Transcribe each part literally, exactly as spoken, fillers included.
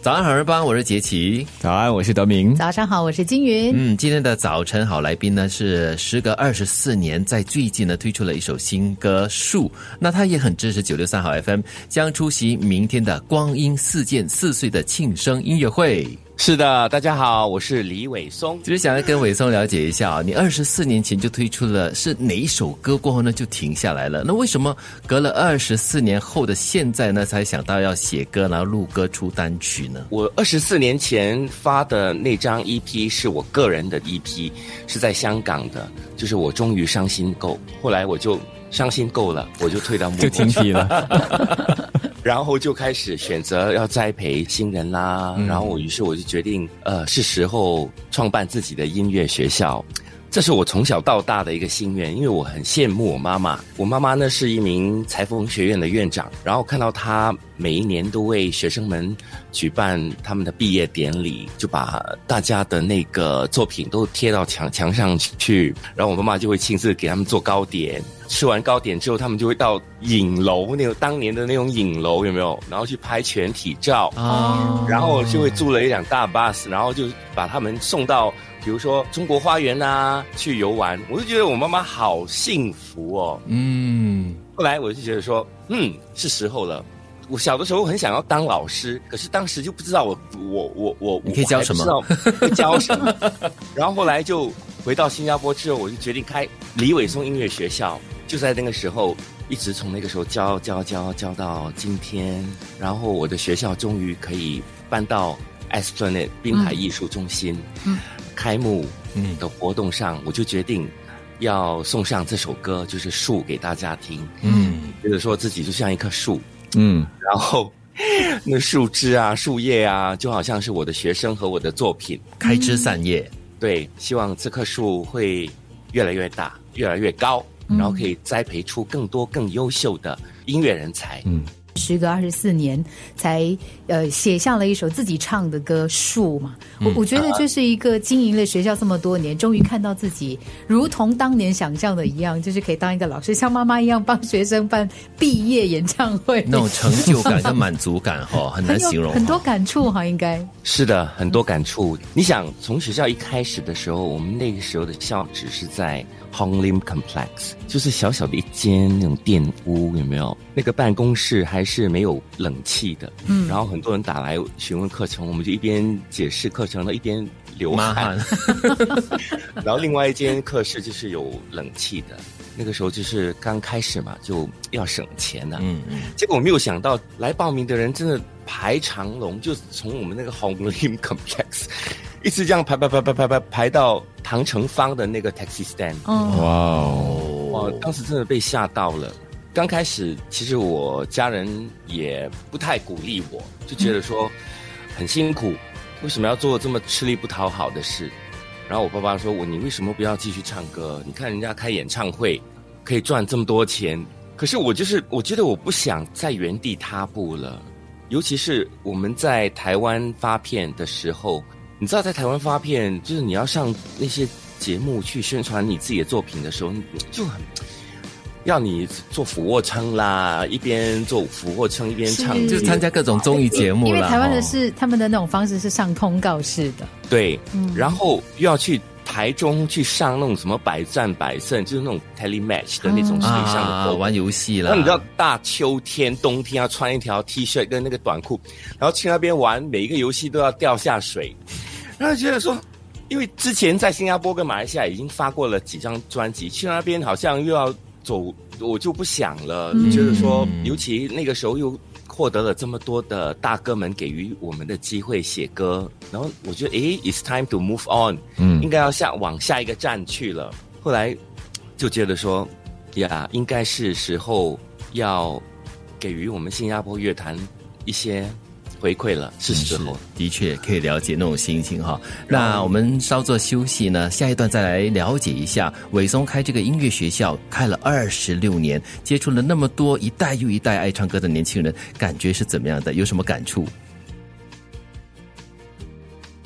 早安好人帮，我是杰奇。 早安，我是德明。 早上好，我是金云。 嗯，今天的早晨好来宾呢是时隔二十四年，在最近呢推出了一首新歌《树》。那他也很支持九六三好 F M， 将出席明天的光阴似箭四岁的庆生音乐会。 是的，大家好，我是李伟松。 就是想要跟伟松了解一下啊，你二十四年前就推出了是哪一首歌，过后呢就停下来了？那为什么隔了二十四年后的现在呢，才想到要写歌，然后录歌出单曲呢？ 我二十四年前发的那张 E P 是我个人的 E P， 是在香港的，就是我终于伤心够，后来我就伤心够了，我就退到幕后就停笔了。 然后就开始选择要栽培新人啦，嗯、然后我于是我就决定，呃，是时候创办自己的音乐学校。这是我从小到大的一个心愿，因为我很羡慕我妈妈。我妈妈呢是一名裁缝学院的院长，然后看到她每一年都为学生们举办他们的毕业典礼，就把大家的那个作品都贴到墙墙上去，然后我妈妈就会亲自给他们做糕点。吃完糕点之后，他们就会到影楼，那种当年的那种影楼有没有？然后去拍全体照啊，然后就会租了一辆大 bus， 然后就把他们送到比如说中国花园啊去游玩。我就觉得我妈妈好幸福哦。嗯，后来我就觉得说，嗯，是时候了。我小的时候很想要当老师，可是当时就不知道我我我我你可以教什么， 会教什么。然后后来就回到新加坡之后，我就决定开李伟松音乐学校。就在那个时候，一直从那个时候教教教教到今天，然后我的学校终于可以搬到 Esplanade 滨海艺术中心。嗯，开幕的活动上，我就决定要送上这首歌，就是《树》给大家听。嗯，觉得说自己就像一棵树。嗯，然后那树枝啊、树叶啊，就好像是我的学生和我的作品， 开枝散叶。 对，希望这棵树会越来越大，越来越高，然后可以栽培出更多更优秀的音乐人才。嗯。 时隔二十四年，才呃写下了一首自己唱的歌《树》嘛。我我觉得就是一个经营了学校这么多年，终于看到自己如同当年想象的一样，就是可以当一个老师，像妈妈一样帮学生办毕业演唱会， 那种成就感跟满足感哈，很难形容。 很多感触哈，应该是的，很多感触。你想，从学校一开始的时候，我们那个时候的校址是在 Hong Lim Complex， 就是小小的一间那种店屋，有没有？那个办公室还是没有冷气的，嗯，然后很多人打来询问课程，我们就一边解释课程的，一边流汗。然后另外一间课室就是有冷气的，那个时候就是刚开始嘛，就要省钱了、啊。嗯嗯。结果我没有想到，来报名的人真的排长龙，就从我们那个 Hong Lim Complex 一直这样排排排排排排排到唐城方的那个 taxi stand。哦，哇哦，哇！当时真的被吓到了。刚开始，其实我家人也不太鼓励我，就觉得说很辛苦，为什么要做这么吃力不讨好的事？然后我爸爸说我，你为什么不要继续唱歌？你看人家开演唱会可以赚这么多钱，可是我就是我觉得我不想在原地踏步了。尤其是我们在台湾发片的时候，你知道在台湾发片，就是你要上那些节目去宣传你自己的作品的时候，就很要你做俯卧撑啦，一边做俯卧撑一边唱， 就参加各种综艺节目啦。 因为台湾的是、哦、他们的那种方式是上通告式的， 对，嗯、然后又要去台中去上那种什么百战百胜，就是那种 telematch 的那种水上的、 啊、玩游戏啦。 那你知道大秋天、冬天要穿一条 T 恤跟那个短裤，然后去那边玩，每一个游戏都要掉下水，然后觉得说。因为之前在新加坡跟马来西亚已经发过了几张专辑，去那边好像又要走，我就不想了。嗯、觉得说，尤其那个时候又获得了这么多的大哥们给予我们的机会写歌，然后我觉得，诶 ，it's time to move on， 嗯，应该要下往下一个站去了。后来就觉得说，呀，应该是时候要给予我们新加坡乐坛一些。回馈了，是时候， 的确可以了解那种心情哈。那我们稍作休息呢，下一段再来了解一下伟松开这个音乐学校开了二十六年，接触了那么多一代又一代爱唱歌的年轻人，感觉是怎么样的？有什么感触？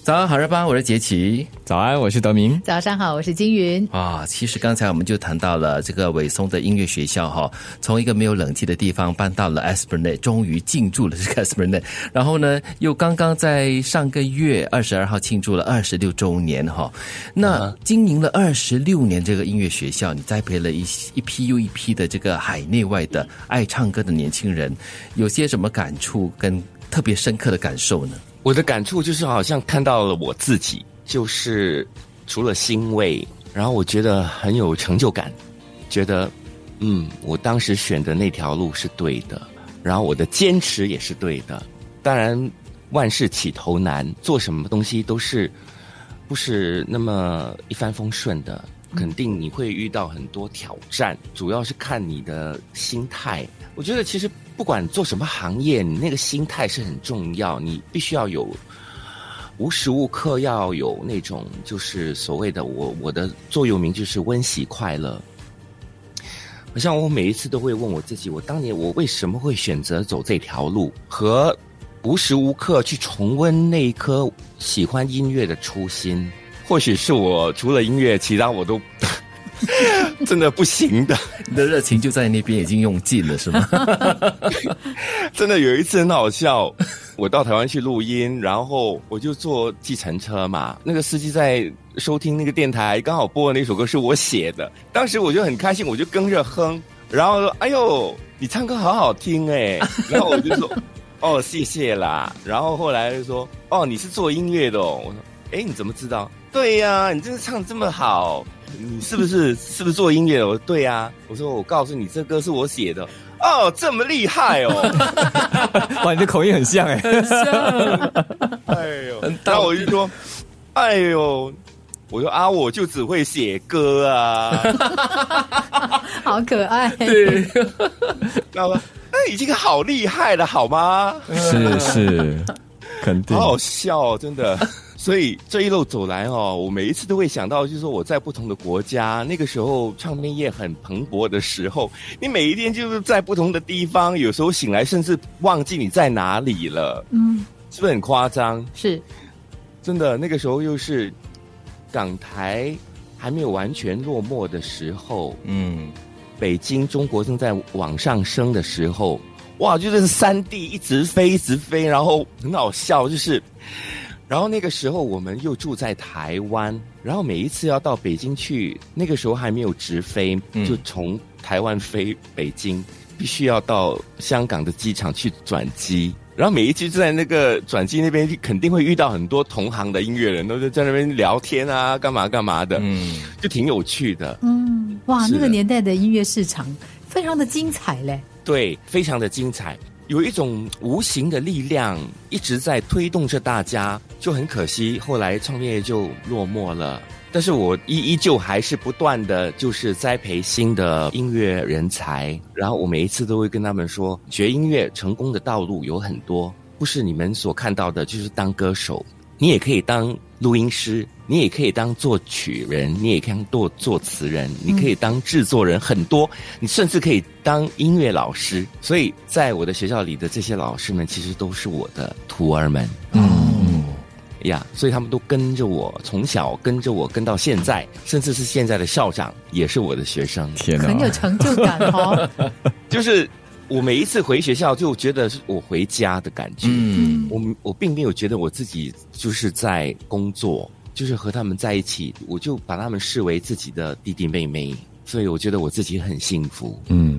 早安，好日吧，我是杰奇。 早安，我是德明。 早上好，我是金云。 啊，其实刚才我们就谈到了这个伟松的音乐学校哈，从一个没有冷气的地方搬到了 Esplanade， 终于进驻了这个 Esplanade。然后呢，又刚刚在上个月二十二号庆祝了二十六周年哈。那经营了二十六年这个音乐学校，你栽培了一一批又一批的这个海内外的爱唱歌的年轻人，有些什么感触跟特别深刻的感受呢？ 我的感触就是好像看到了我自己，就是除了欣慰，然后我觉得很有成就感，觉得嗯，我当时选的那条路是对的，然后我的坚持也是对的。当然万事起头难，做什么东西都是不是那么一帆风顺的，肯定你会遇到很多挑战，主要是看你的心态。我觉得其实不管做什么行业，你那个心态是很重要，你必须要有无时无刻要有那种就是所谓的我我的座右铭就是温习快乐。好像我每一次都会问我自己，我当年我为什么会选择走这条路，和无时无刻去重温那一颗喜欢音乐的初心。或许是我除了音乐其他我都真的不行的， 你的热情就在那边已经用尽了是吗？ 真的有一次很好笑，我到台湾去录音，然后我就坐计程车嘛，那个司机在收听那个电台，刚好播的那首歌是我写的，当时我就很开心，我就跟着哼，然后说哎呦你唱歌好好听哎，然后我就说哦谢谢啦，然后后来就说哦你是做音乐的哦，我说哎你怎么知道？对呀、啊，你真的唱这么好，你是不是是不是做音乐的？我说对呀、啊，我说我告诉你，这歌是我写的。哦，这么厉害哦！ 哇，你的口音很像哎， 很像。 哎呦，然后我就说，哎呦，我说啊，我就只会写歌啊， 好可爱。 对， 然后那已经好厉害了，好吗？ 是是，肯定， 好好笑、哦，真的。所以这一路走来哦，我每一次都会想到，就是说我在不同的国家，那个时候唱片业很蓬勃的时候，你每一天就是在不同的地方，有时候醒来甚至忘记你在哪里了，嗯，是不是很夸张？ 是， 真的，那个时候又是港台还没有完全落寞的时候，嗯，北京中国正在往上升的时候，哇，就是三地一直飞一直飞，然后很好笑，就是。然后那个时候我们又住在台湾，然后每一次要到北京去，那个时候还没有直飞，就从台湾飞北京，必须要到香港的机场去转机。然后每一次就在那个转机那边，肯定会遇到很多同行的音乐人，都是在那边聊天啊，干嘛干嘛的，嗯，就挺有趣的。 嗯，哇，那个年代的音乐市场非常的精彩嘞。 对，非常的精彩。有一种无形的力量一直在推动着大家，就很可惜后来唱片业就落寞了。但是我依依旧还是不断的就是栽培新的音乐人才，然后我每一次都会跟他们说，学音乐成功的道路有很多，不是你们所看到的就是当歌手，你也可以当录音师，你也可以当作曲人，你也可以当作作词人，你可以当制作人，很多，你甚至可以当音乐老师。所以在我的学校里的这些老师们其实都是我的徒儿们。嗯呀，所以他们都跟着我，从小跟着我跟到现在，甚至是现在的校长也是我的学生。 天哪， 很有成就感哦。 就是我每一次回学校就觉得是我回家的感觉。嗯，我我并没有觉得我自己就是在工作，就是和他们在一起，我就把他们视为自己的弟弟妹妹，所以我觉得我自己很幸福。嗯。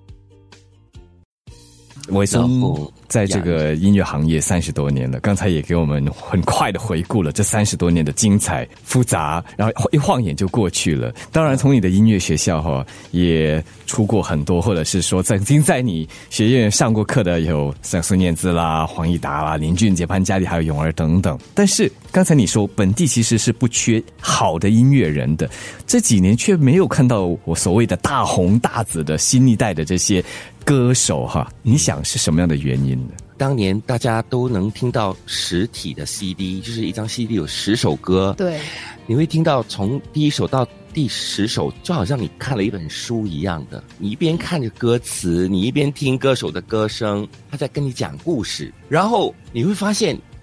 伟松在这个音乐行业三十多年了，刚才也给我们很快的回顾了这三十多年的精彩复杂，然后一晃眼就过去了。当然从你的音乐学校哈也出过很多，或者是说曾经在你学院上过课的有像孙燕姿啦、黄义达啦、林俊杰、潘嘉丽还有咏儿等等。但是刚才你说本地其实是不缺好的音乐人的，这几年却没有看到我所谓的大红大紫的新一代的这些歌手哈，你想是什么样的原因呢？ 当年大家都能听到实体的 C D， 就是一张 C D 有十首歌， 对， 你会听到从第一首到第十首，就好像你看了一本书一样的，你一边看着歌词，你一边听歌手的歌声，他在跟你讲故事，然后你会发现你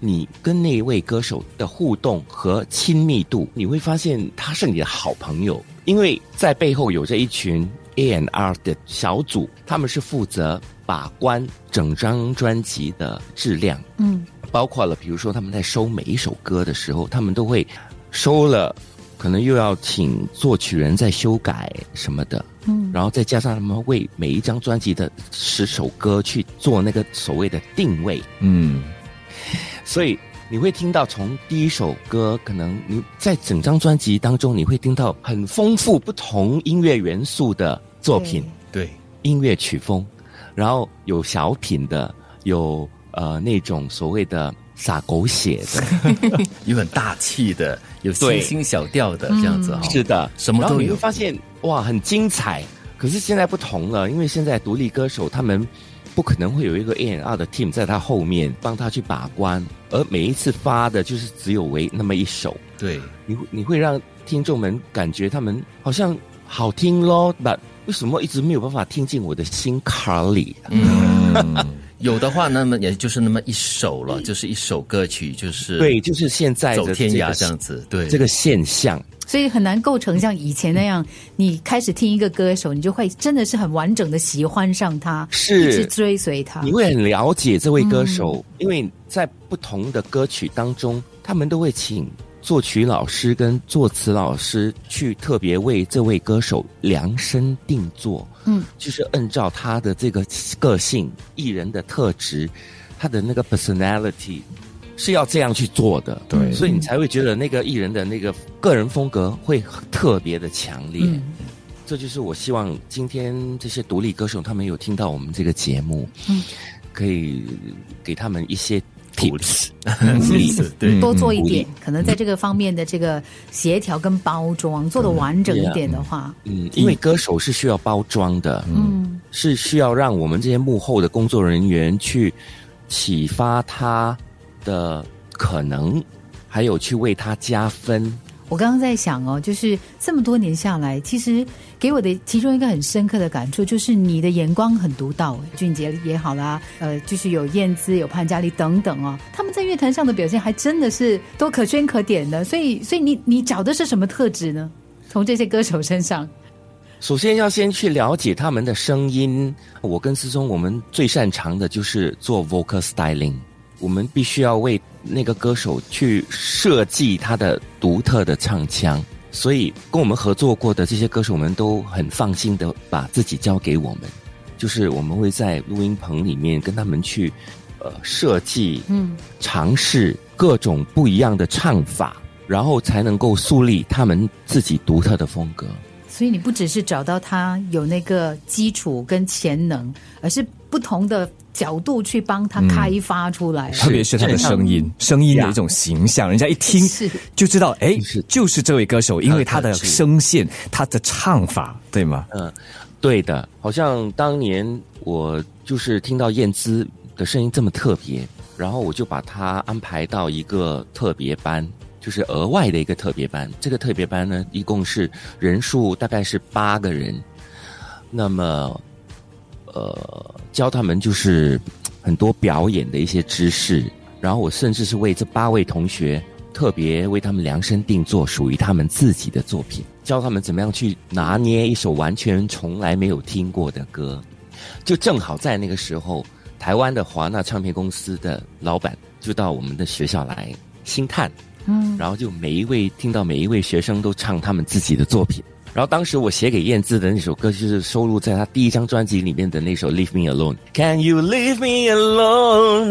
你跟那位歌手的互动和亲密度，你会发现他是你的好朋友，因为在背后有着一群 A and R 的小组，他们是负责把关整张专辑的质量， 嗯， 包括了比如说他们在收每一首歌的时候，他们都会收了，可能又要请作曲人再修改什么的，嗯，然后再加上他们为每一张专辑的十首歌去做那个所谓的定位， 嗯， 所以你会听到从第一首歌，可能你在整张专辑当中，你会听到很丰富不同音乐元素的作品， 对， 音乐曲风，然后有小品的，有呃那种所谓的撒狗血的， 有很大气的，有清新小调的这样子哈、哦， 是的， 什么都有。 然后你会发现哇，很精彩。可是现在不同了，因为现在独立歌手他们不可能会有一个 A and R 的 team 在他后面帮他去把关，而每一次发的就是只有为那么一首。 对， 你你会让听众们感觉他们好像好听咯，但为什么一直没有办法听进我的心坎里？ 嗯，有的话，那么也就是那么一首了，就是一首歌曲，就是对，就是现在的走天涯这样子，对这个现象。 所以很难构成像以前那样，你开始听一个歌手，你就会真的是很完整的喜欢上他， 是一直追随他。 你会很了解这位歌手，嗯、因为在不同的歌曲当中，他们都会请作曲老师跟作词老师去特别为这位歌手量身定做，嗯，就是按照他的这个个性、艺人的特质，他的那个 personality。是要这样去做的， 对， 所以你才会觉得那个艺人的那个个人风格会特别的强烈。嗯，这就是我希望今天这些独立歌手他们有听到我们这个节目，嗯，可以给他们一些 tips， 对，多做一点，可能在这个方面的这个协调跟包装做得完整一点的话， 嗯，因为歌手是需要包装的，嗯，是需要让我们这些幕后的工作人员去启发他的可能，还有去为他加分。 我刚刚在想哦，就是这么多年下来，其实给我的其中一个很深刻的感触，就是你的眼光很独到。俊杰也好啦，呃，就是有燕姿、有潘嘉丽等等哦，他们在乐坛上的表现还真的是都可圈可点的。所以，所以你你找的是什么特质呢？从这些歌手身上， 首先要先去了解他们的声音。我跟思聪，我们最擅长的就是做 vocal styling。我们必须要为那个歌手去设计他的独特的唱腔，所以跟我们合作过的这些歌手们都很放心的把自己交给我们，就是我们会在录音棚里面跟他们去呃设计，嗯，尝试各种不一样的唱法，然后才能够树立他们自己独特的风格。 所以你不只是找到他有那个基础跟潜能，而是不同的角度去帮他开发出来， 嗯、特别是他的声音，声音的一种形象，人家一听就知道，哎，就是这位歌手，因为他的声线，他的唱法，对吗？ 嗯，对的。好像当年我就是听到燕姿的声音这么特别，然后我就把他安排到一个特别班。就是额外的一个特别班，这个特别班呢，一共是人数大概是八个人，那么，呃，教他们就是很多表演的一些知识，然后我甚至是为这八位同学特别为他们量身定做属于他们自己的作品，教他们怎么样去拿捏一首完全从来没有听过的歌。就正好在那个时候，台湾的华纳唱片公司的老板就到我们的学校来星探。嗯，然后就每一位听到每一位学生都唱他们自己的作品，然后当时我写给燕姿的那首歌就是收录在他第一张专辑里面的那首 Leave Me Alone。Can you leave me alone,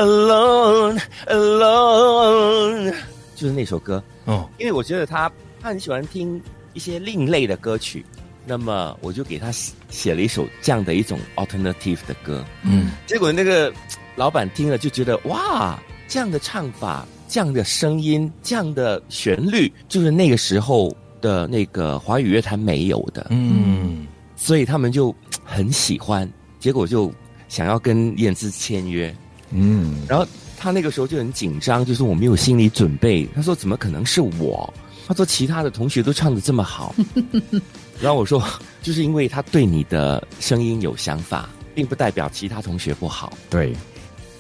alone, alone？ 就是那首歌哦，因为我觉得他他很喜欢听一些另类的歌曲，那么我就给他写了一首这样的一种 alternative 的歌。嗯，结果那个老板听了就觉得哇，这样的唱法。这样的声音，这样的旋律，就是那个时候的那个华语乐坛没有的，嗯，所以他们就很喜欢，结果就想要跟燕姿签约，嗯，然后他那个时候就很紧张，就是我没有心理准备，他说怎么可能是我？他说其他的同学都唱得这么好，然后我说就是因为他对你的声音有想法，并不代表其他同学不好， 对。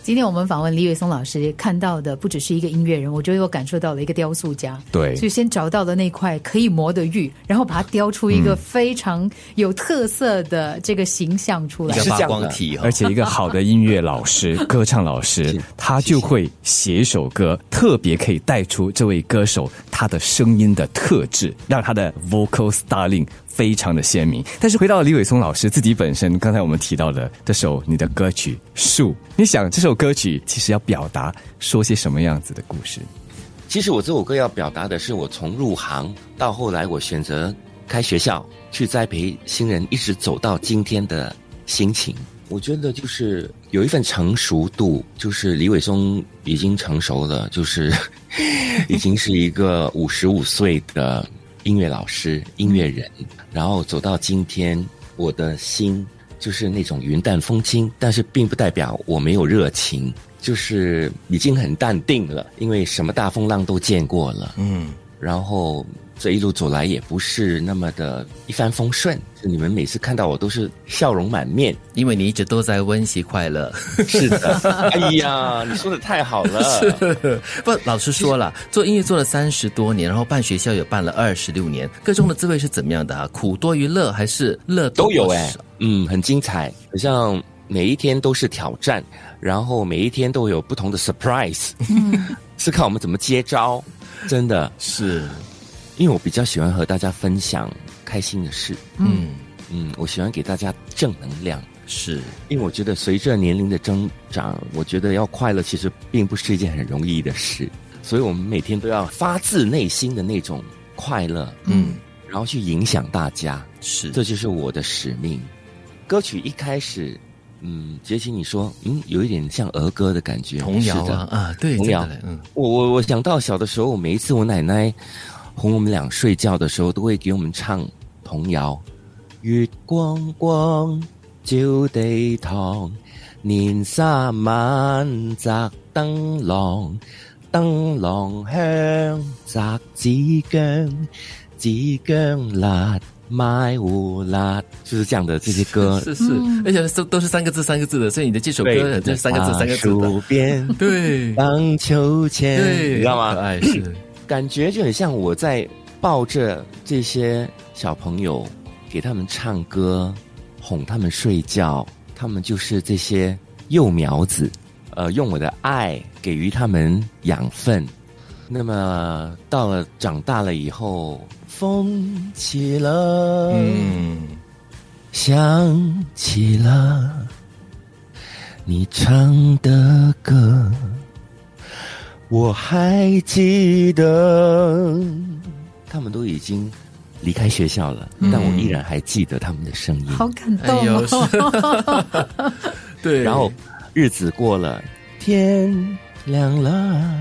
今天我们访问李伟松老师，看到的不只是一个音乐人，我觉得我感受到了一个雕塑家。 对， 就先找到了那块可以磨的玉，然后把它雕出一个非常有特色的这个形象出来， 一个发光体、哦。 而且一个好的音乐老师、歌唱老师，他就会写一首歌，特别可以带出这位歌手他的声音的特质，让他的 vocal styling非常的鲜明。但是回到李伟松老师自己本身，刚才我们提到的这首你的歌曲《树》，你想这首歌曲其实要表达说些什么样子的故事？ 其实我这首歌要表达的是我从入行到后来我选择开学校去栽培新人，一直走到今天的心情。我觉得就是有一份成熟度，就是李伟松已经成熟了，就是已经是一个五十五岁的音乐老师、音乐人，然后走到今天，我的心就是那种云淡风轻，但是并不代表我没有热情，就是已经很淡定了，因为什么大风浪都见过了。嗯，然后这一路走来也不是那么的一帆风顺，就你们每次看到我都是笑容满面， 因为你一直都在温习快乐。 是的，哎呀，你说的太好了。 是不，老师说了，做音乐做了三十多年，然后办学校也办了二十六年，各中的滋味是怎么样的啊？苦多于乐，还是乐多都有哎、欸？嗯，很精彩，好像每一天都是挑战，然后每一天都有不同的 surprise， 是看我们怎么接招，真的是。 因为我比较喜欢和大家分享开心的事， 嗯嗯，我喜欢给大家正能量， 是因为我觉得随着年龄的增长，我觉得要快乐其实并不是一件很容易的事，所以我们每天都要发自内心的那种快乐， 嗯， 然后去影响大家， 是，这就是我的使命。歌曲一开始，嗯，杰奇你说，嗯，有一点像儿歌的感觉， 童谣啊啊，对， 童谣，嗯，我我我想到小的时候，每一次我奶奶哄我们俩睡觉的时候，都会给我们唱童谣。月光光照地堂，年卅晚摘燈籠，燈籠香摘子薑，子薑辣賣胡辣，就是這樣的這些歌。 是是，嗯、而且都都是三個字三個字的，所以你的這首歌就是三個字三個字的。 樹邊對， 盪秋千， 對， 你知道嗎？ 可愛是。 感覺就很像我在抱着這些小朋友，給他們唱歌，哄他們睡覺，他們就是這些幼苗子，呃，用我的愛給予他們養分。那麼到了長大了以後，風起了， 嗯， 想起了你唱的歌。我還記得，他們都已經離開學校了，嗯、但我依然還記得他們的聲音。 好感動哦！ 哎、對， 然後日子過了，天亮了，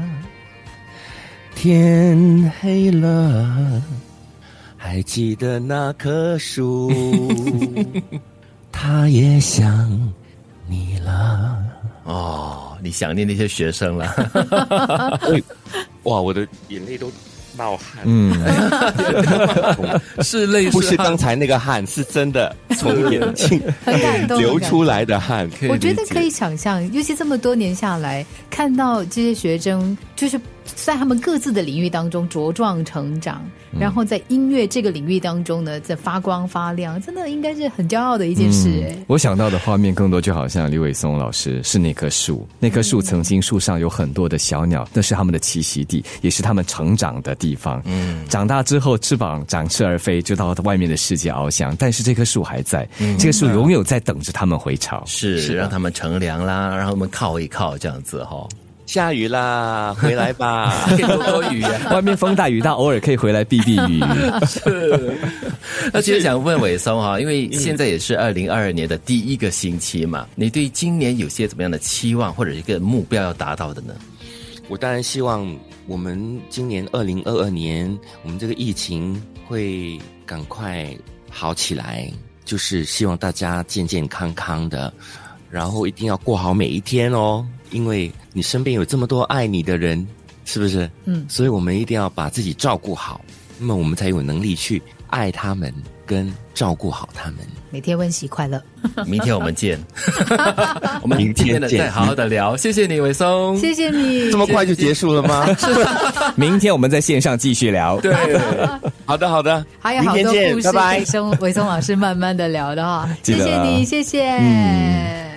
天黑了，還記得那棵樹，它也想你了。 哦，你想念那些學生了。 哇，我的眼淚都冒汗。 嗯， 是淚， 不是剛才那個汗，是真的從眼睛很感動流出來的汗。 我覺得可以想象，尤其這麼多年下來，看到這些學生，就是在他們各自的領域當中茁壯成長，然後在音樂這個領域當中呢，在發光發亮，真的應該是很驕傲的一件事。哎、嗯， 我想到的畫面更多就好像李偉松老師是那棵樹，那棵樹曾經樹上有很多的小鳥，那是他們的棲息地，也是他們成長的地方。嗯，長大之後翅膀展翅而飛，就到外面的世界翱翔，但是這棵樹還在，嗯、這個樹永遠在等着他們回巢， 是，是讓他們乘涼啦，讓他們靠一靠，這樣子哈。 下雨啦，回來吧， 可以多多雨啊。 外面風大雨大，偶爾可以回來避避雨。 是。那其實想問偉松哈，因為現在也是二零二二年的第一個星期嘛，你對今年有些怎麼樣的期望或者一個目標要達到的呢？ 我當然希望我們今年二零二二年，我們這個疫情會趕快好起來，就是希望大家健健康康的，然後一定要過好每一天哦。因為你身邊有這麼多愛你的人，是不是？嗯，所以我們一定要把自己照顧好，那麼我們才有能力去爱他们跟照顾好他们。 每天温习快乐， 明天我们见。我们今天的再好好的聊，谢谢你伟松， 谢谢你。 这么快就结束了吗？ 明天我们在线上继续聊。 对， 好的好的， 还有好多故事，伟松伟松老师慢慢的聊的哈。谢谢你，谢谢。嗯